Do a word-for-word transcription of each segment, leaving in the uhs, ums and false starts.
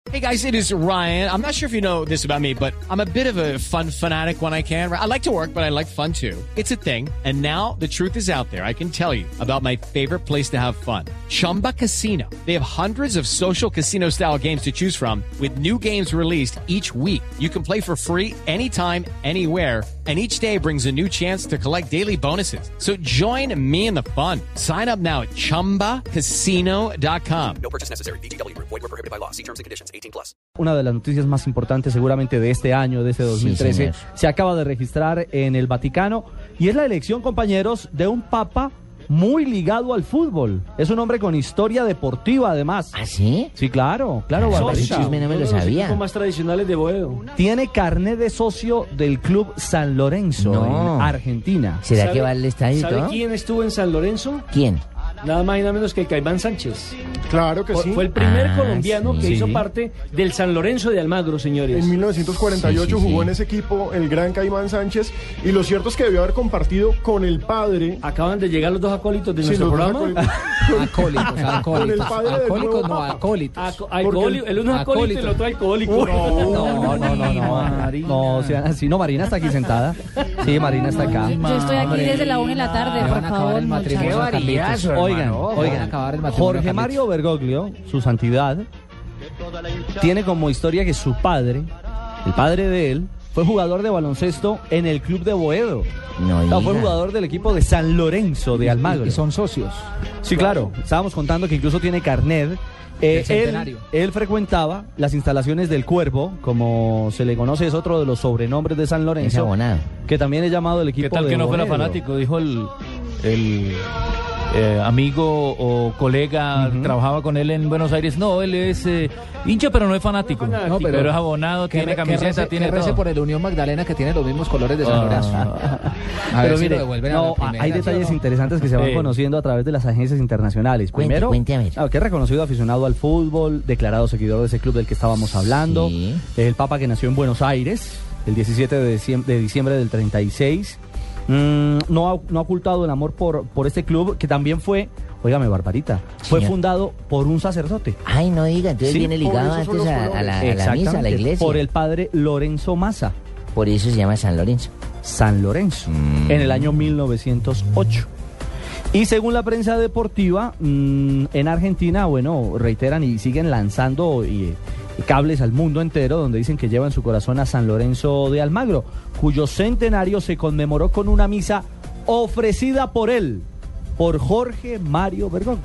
Hey guys, it is Ryan. I'm not sure if you know this about me, but I'm a bit of a fun fanatic when I can. I like to work, but I like fun too. It's a thing. And now the truth is out there. I can tell you about my favorite place to have fun. Chumba Casino. They have hundreds of social casino style games to choose from with new games released each week. You can play for free anytime, anywhere. And each day brings a new chance to collect daily bonuses. So join me in the fun. Sign up now at chumba casino dot com. No purchase necessary. V G W. Void where prohibited by law. See terms and conditions. eighteen plus. Una de las noticias más importantes seguramente de este año, de este dos mil trece, sí, se acaba de registrar en el Vaticano y es la elección, compañeros, de un papa muy ligado al fútbol. Es un hombre con historia deportiva, además. ¿Ah, sí? Sí, claro, claro, Barbarita. Barbarita. No me lo sabía. Los más tradicionales de Boedo. Tiene carnet de socio del club San Lorenzo, no. en Argentina. ¿Será ¿Sabe, que va al estadio y ¿Sabe todo? quién estuvo en San Lorenzo? ¿Quién? Nada más y nada menos que Caimán Sánchez. Claro que Fue- sí. Fue el primer Ah, colombiano sí. que hizo Sí. parte del San Lorenzo de Almagro, señores. En mil novecientos cuarenta y ocho Sí, sí, jugó sí. en ese equipo el gran Caimán Sánchez y lo cierto es que debió haber compartido con el padre. Acaban de llegar los dos acólitos de Sí, nuestro los dos programa. acólitos. Acólitos, acólitos. Con el padre del Acólicos, nuevo no, papa. acólitos. Aco- Porque alcohólico- el uno es acólito y acólito. el otro alcohólico. No, no, no, no. No, sean así. No, Marina está aquí sentada. Sí, Marina está acá. Yo estoy aquí Hombre, desde la una de la tarde, le por van a acabar favor, el matrimonio muchachos. a Carlitos. Oigan, Van a oigan, acabar el matrimonio Jorge a Carlitos. Mario Bergoglio, su santidad, tiene como historia que su padre, el padre de él, fue jugador de baloncesto en el club de Boedo. No O sea, fue diga. jugador del equipo de San Lorenzo de Almagro. Y son socios. Sí, claro. Estábamos contando que incluso tiene carnet. Eh, Del él, centenario. él frecuentaba las instalaciones del Cuervo, como se le conoce, es otro de los sobrenombres de San Es Lorenzo, abonado. que también es llamado el equipo ¿Qué tal de que no fuera Boedo. fanático? Dijo el, el eh, amigo o colega, Ujú. trabajaba con él en Buenos Aires. No, él es eh, hincha, pero no es fanático. No, No, pero- pero, es abonado, Que tiene re- que camiseta, rece- tiene que rece todo. por el Unión Magdalena, que tiene los mismos colores de San Ah. Lorenzo. A ver Pero si mire, lo devuelven a no, la primera, hay ¿sí o detalles no? interesantes que se van Sí. conociendo a través de las agencias internacionales. Cuente, Primero, cuente, a ver. claro, que es reconocido aficionado al fútbol, declarado seguidor de ese club del que estábamos hablando. Sí. Es el Papa que nació en Buenos Aires el diecisiete de diciembre, de diciembre del treinta y seis. Mm, no, ha, no ha ocultado el amor por, por este club que también fue, óigame, Barbarita, fue Señor. fundado por un sacerdote. Ay, no diga, entonces Sí, viene por ligado eso son antes los a, a la, a la misa, a la Exactamente, iglesia. por el padre Lorenzo Massa. Por eso se llama San Lorenzo. San Lorenzo, Mm. en el año mil novecientos ocho. Y según la prensa deportiva, mmm, en Argentina, bueno, reiteran y siguen lanzando y, y cables al mundo entero, donde dicen que lleva en su corazón a San Lorenzo de Almagro, cuyo centenario se conmemoró con una misa ofrecida por él, por Jorge Mario Bergoglio.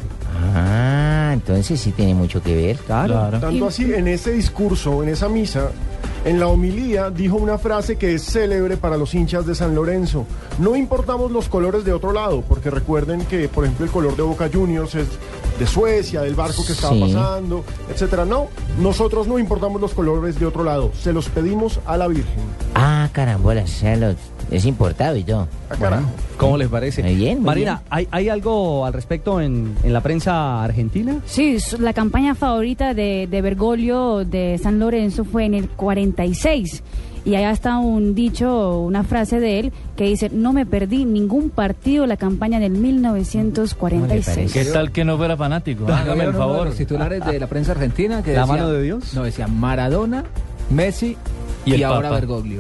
Ah, entonces sí tiene mucho que ver. Claro. Claro. Tanto así, en ese discurso, en esa misa, en la homilía dijo una frase que es célebre para los hinchas de San Lorenzo. No importamos los colores de otro lado, porque recuerden que, por ejemplo, el color de Boca Juniors es de Suecia, del barco que estaba Sí. pasando, etcétera. No, nosotros no importamos los colores de otro lado, se los pedimos a la Virgen. Ah, carambola, o sea, lo- es importado y todo. Ah, carajo. ¿Cómo les parece? Muy bien, muy Marina, ¿hay, ¿hay algo al respecto en, en la prensa argentina? Sí, s- la campaña favorita de, de Bergoglio de San Lorenzo fue en el cuarenta y seis. Y allá está un dicho, una frase de él que dice: no me perdí ningún partido de la campaña del mil novecientos cuarenta y seis. ¿Qué tal que no fuera fanático? Hágame el Uno de favor. Los titulares de la prensa argentina que ¿La decía- mano de Dios? No, decía Maradona, Messi Y y, el ahora Papa. Bergoglio.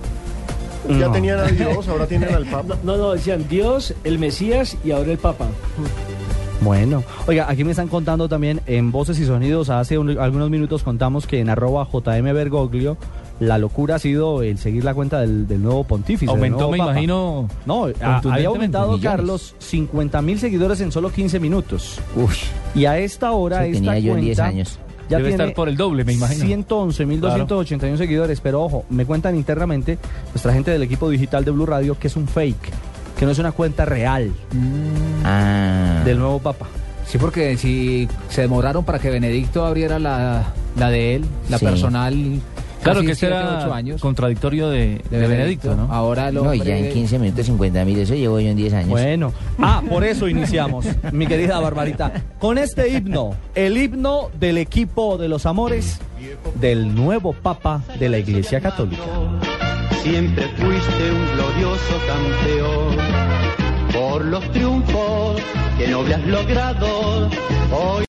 Ya No. tenían a Dios, ahora tienen al Papa. No, no, decían Dios, el Mesías y ahora el Papa. Bueno, oiga, aquí me están contando también en Voces y Sonidos, hace un- algunos minutos contamos que en arroba J M Bergoglio, la locura ha sido el seguir la cuenta del, del nuevo pontífice. del Aumentó, nuevo me Papa. imagino. No, a- contundentemente. había aumentado, Millones. Carlos, cincuenta mil seguidores en solo quince minutos. Uf, Y a esta hora, eso esta tenía yo en diez cuenta años. ya Debe tiene estar por el doble, me imagino. ciento once mil doscientos ochenta y uno seguidores, pero ojo, me cuentan internamente nuestra gente del equipo digital de Blue Radio que es un fake, que no es una cuenta real Ah. del nuevo Papa. Sí, porque si se demoraron para que Benedicto abriera la, la de él, la Sí. personal. Claro casi que siete, era ocho años contradictorio de, de Benedicto, ¿no? Ahora lo No, y ya en quince minutos cincuenta mil, eso llevo yo en diez años. Bueno, ah, por eso iniciamos, mi querida Barbarita, con este himno, el himno del equipo de los amores del nuevo Papa de la Iglesia Católica. Siempre fuiste un glorioso campeón por los triunfos que noble has logrado. Hoy